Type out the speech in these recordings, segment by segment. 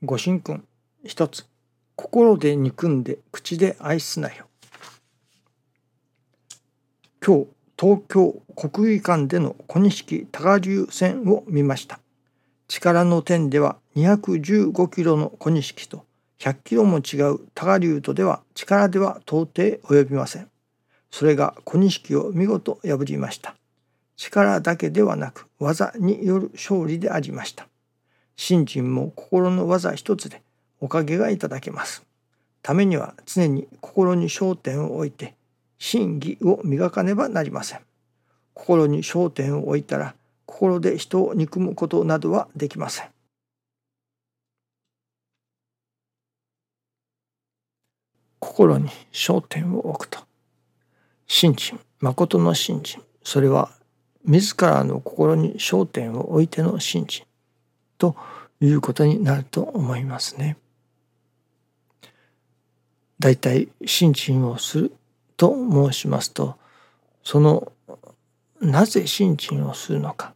ご神君一つ、心で憎んで口で愛すなよ。今日、東京国技館での小錦多賀流戦を見ました。力の点では215キロの小錦と100キロも違う多賀流とでは力では到底及びません。それが小錦を見事破りました。力だけではなく技による勝利でありました。信心も心の技一つでおかげがいただけます。ためには常に心に焦点を置いて真偽を磨かねばなりません。心に焦点を置いたら心で人を憎むことなどはできません。心に焦点を置くと、信心、誠の信心、それは自らの心に焦点を置いての信心ということになると思いますね。だいたい信心をすると申しますと、そのなぜ信心をするのか、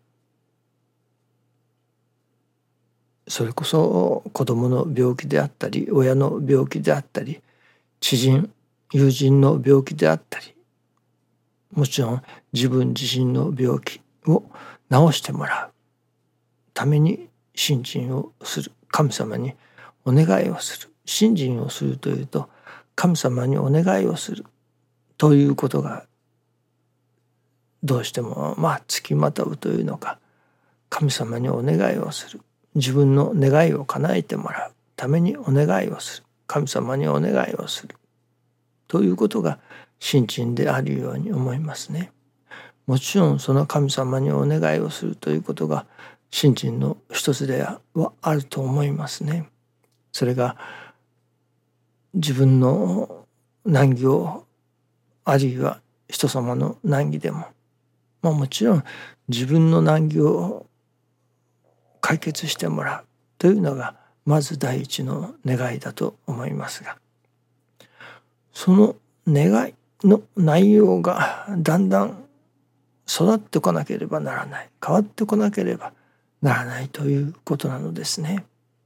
それこそ子供の病気であったり、親の病気であったり、知人友人の病気であったり、もちろん自分自身の病気を治してもらうために信心をする、神様にお願いをする。信心をするというと、神様にお願いをするということがどうしてもつきまとうというのか、神様にお願いをする、自分の願いを叶えてもらうためにお願いをする、神様にお願いをするということが信心であるように思いますね。もちろんその神様にお願いをするということが信心の一つではあると思いますね。それが自分の難儀あるいは人様の難儀でも、もちろん自分の難儀を解決してもらうというのがまず第一の願いだと思いますが、その願いの内容がだんだん育ってこなければならない、変わってこなければならないということなのですね。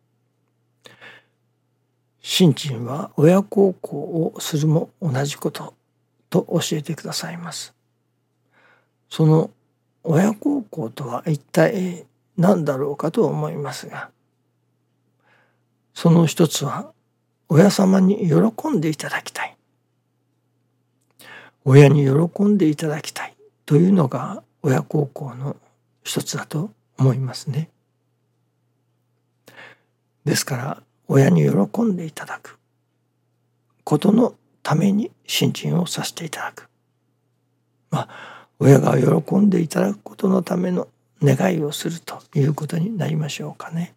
信心は親孝行をするも同じことと教えてくださいます。その親孝行とは一体何だろうかと思いますが、その一つは親様に喜んでいただきたい、親に喜んでいただきたいというのが親孝行の一つだと思いますね。ですから親に喜んでいただくことのために信心をさせていただく、親が喜んでいただくことのための願いをするということになりましょうかね。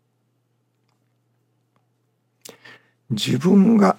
自分が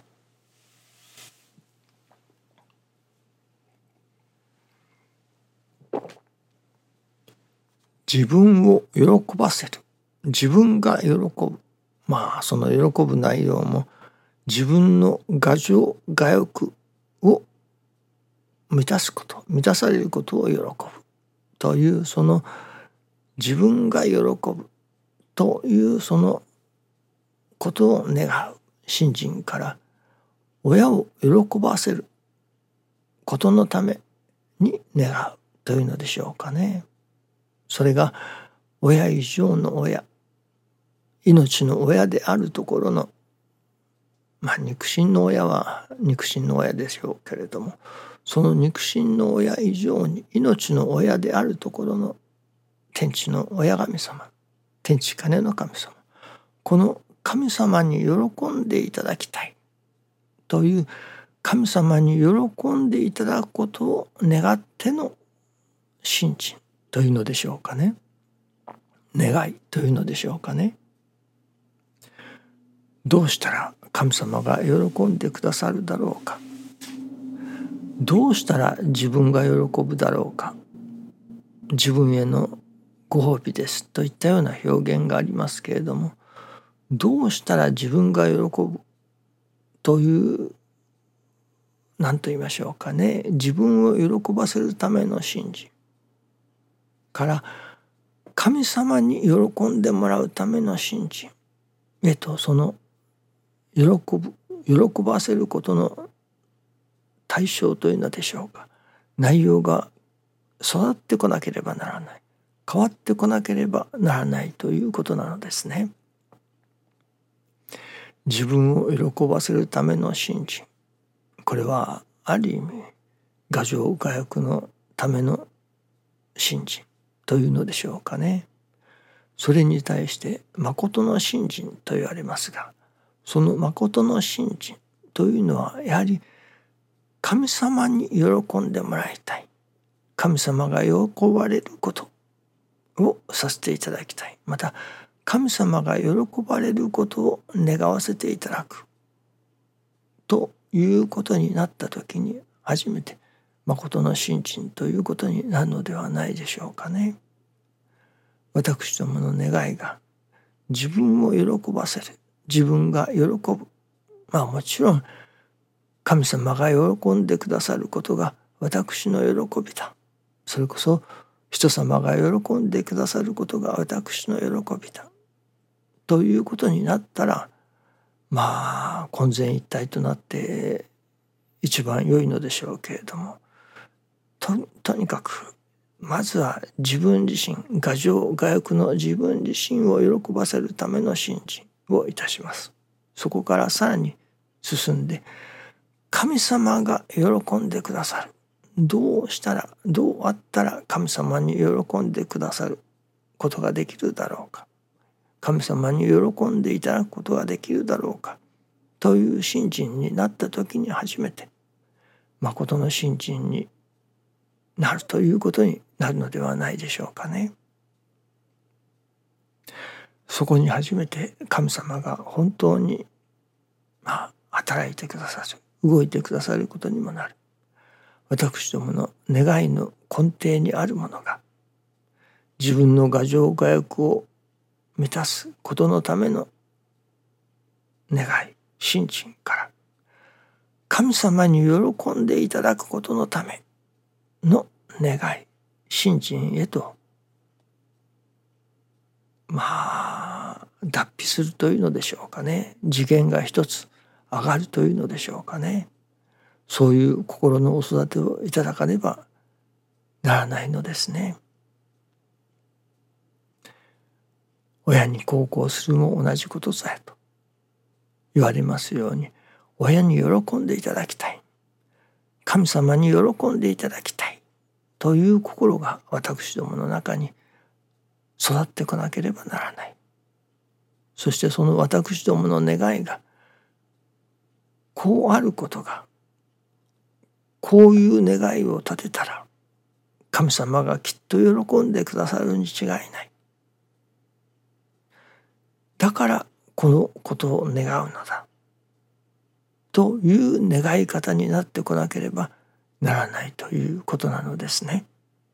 自分を喜ばせる、自分が喜ぶ、その喜ぶ内容も自分の我情我欲を満たすこと、満たされることを喜ぶという、その自分が喜ぶというそのことを願う信心から、親を喜ばせることのために願うというのでしょうかね。それが親以上の親、命の親であるところの、肉親の親は肉親の親でしょうけれども、その肉親の親以上に命の親であるところの天地の親神様、天地金の神様、この神様に喜んでいただきたいという、神様に喜んでいただくことを願っての信心というのでしょうかね。願いというのでしょうかね。どうしたら神様が喜んでくださるだろうか、どうしたら自分が喜ぶだろうか、自分へのご褒美ですといったような表現がありますけれども、どうしたら自分が喜ぶという、何と言いましょうかね、自分を喜ばせるための信心から、神様に喜んでもらうための信心、 その喜ばせることの対象というのでしょうか、内容が育ってこなければならない、変わってこなければならないということなのですね。自分を喜ばせるための信心、これはある意味牙城牙欲のための信心というのでしょうかね。それに対して誠の信心と言われますが、その誠の信心というのはやはり神様に喜んでもらいたい、神様が喜ばれることをさせていただきたい、また神様が喜ばれることを願わせていただくということになった時に初めて誠の信心ということになるのではないでしょうかね。私どもの願いが自分を喜ばせる、自分が喜ぶ、もちろん神様が喜んでくださることが私の喜びだ、それこそ人様が喜んでくださることが私の喜びだということになったら、混然一体となって一番良いのでしょうけれども、とにかくまずは自分自身、牙城牙欲の自分自身を喜ばせるための信心をいたします。そこからさらに進んで、神様が喜んでくださる、どうあったら神様に喜んでくださることができるだろうか、神様に喜んでいただくことができるだろうかという信心になった時に初めて誠の信心になるということになるのではないでしょうかね。そこに初めて神様が本当に働いてくださる、動いてくださることにもなる。私どもの願いの根底にあるものが自分の牙城牙欲を満たすことのための願い、信心から神様に喜んでいただくことのための願い、信心へと脱皮するというのでしょうかね。次元が一つ上がるというのでしょうかね。そういう心のお育てをいただかねばならないのですね。親に孝行するも同じことさえと言われますように、親に喜んでいただきたい、神様に喜んでいただきたいという心が私どもの中に育ってこなければならない。そしてその私どもの願いがこうあることが、こういう願いを立てたら神様がきっと喜んでくださるに違いない。だからこのことを願うのだという願い方になってこなければならないということなのですね。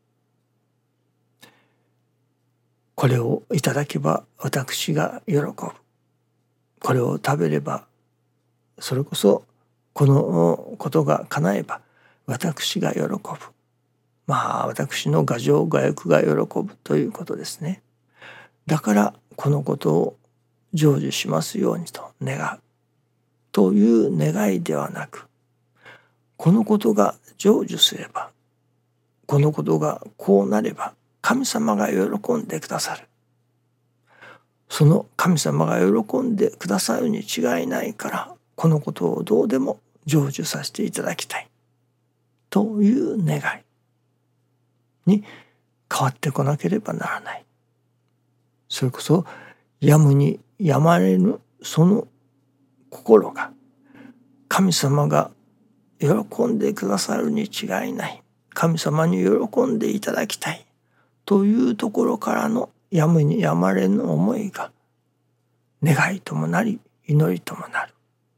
これをいただけば私が喜ぶ、これを食べれば、それこそこのことが叶えば私が喜ぶ、私の牙城牙欲が喜ぶということですね。だからこのことを成就しますようにと願うという願いではなく、このことが成就すれば、このことがこうなれば神様が喜んでくださる、その神様が喜んでくださるに違いないから、このことをどうでも成就させていただきたいという願いに変わってこなければならない。それこそやむにやまれぬその心が神様が喜んでくださるに違いない、神様に喜んでいただきたいというところからのやむにやまれぬ思いが願いともなり祈りともなる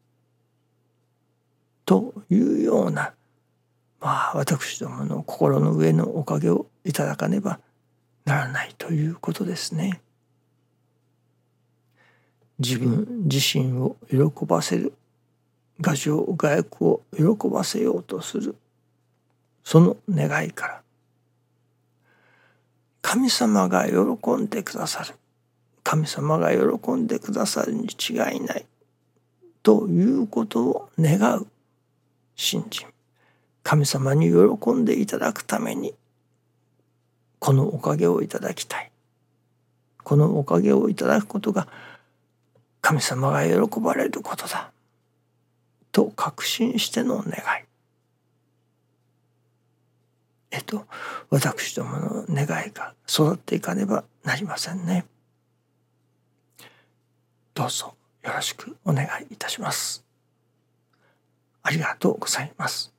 というような、私どもの心の上のおかげをいただかねばならないということですね。自分自身を喜ばせる、牙城牙欲を喜ばせようとするその願いから、神様が喜んでくださる神様が喜んでくださるに違いないということを願う信心、神様に喜んでいただくためにこのおかげをいただきたい、このおかげをいただくことが神様が喜ばれることだと確信しての願いへと、私どもの願いが育っていかねばなりませんね。どうぞよろしくお願いいたします。ありがとうございます。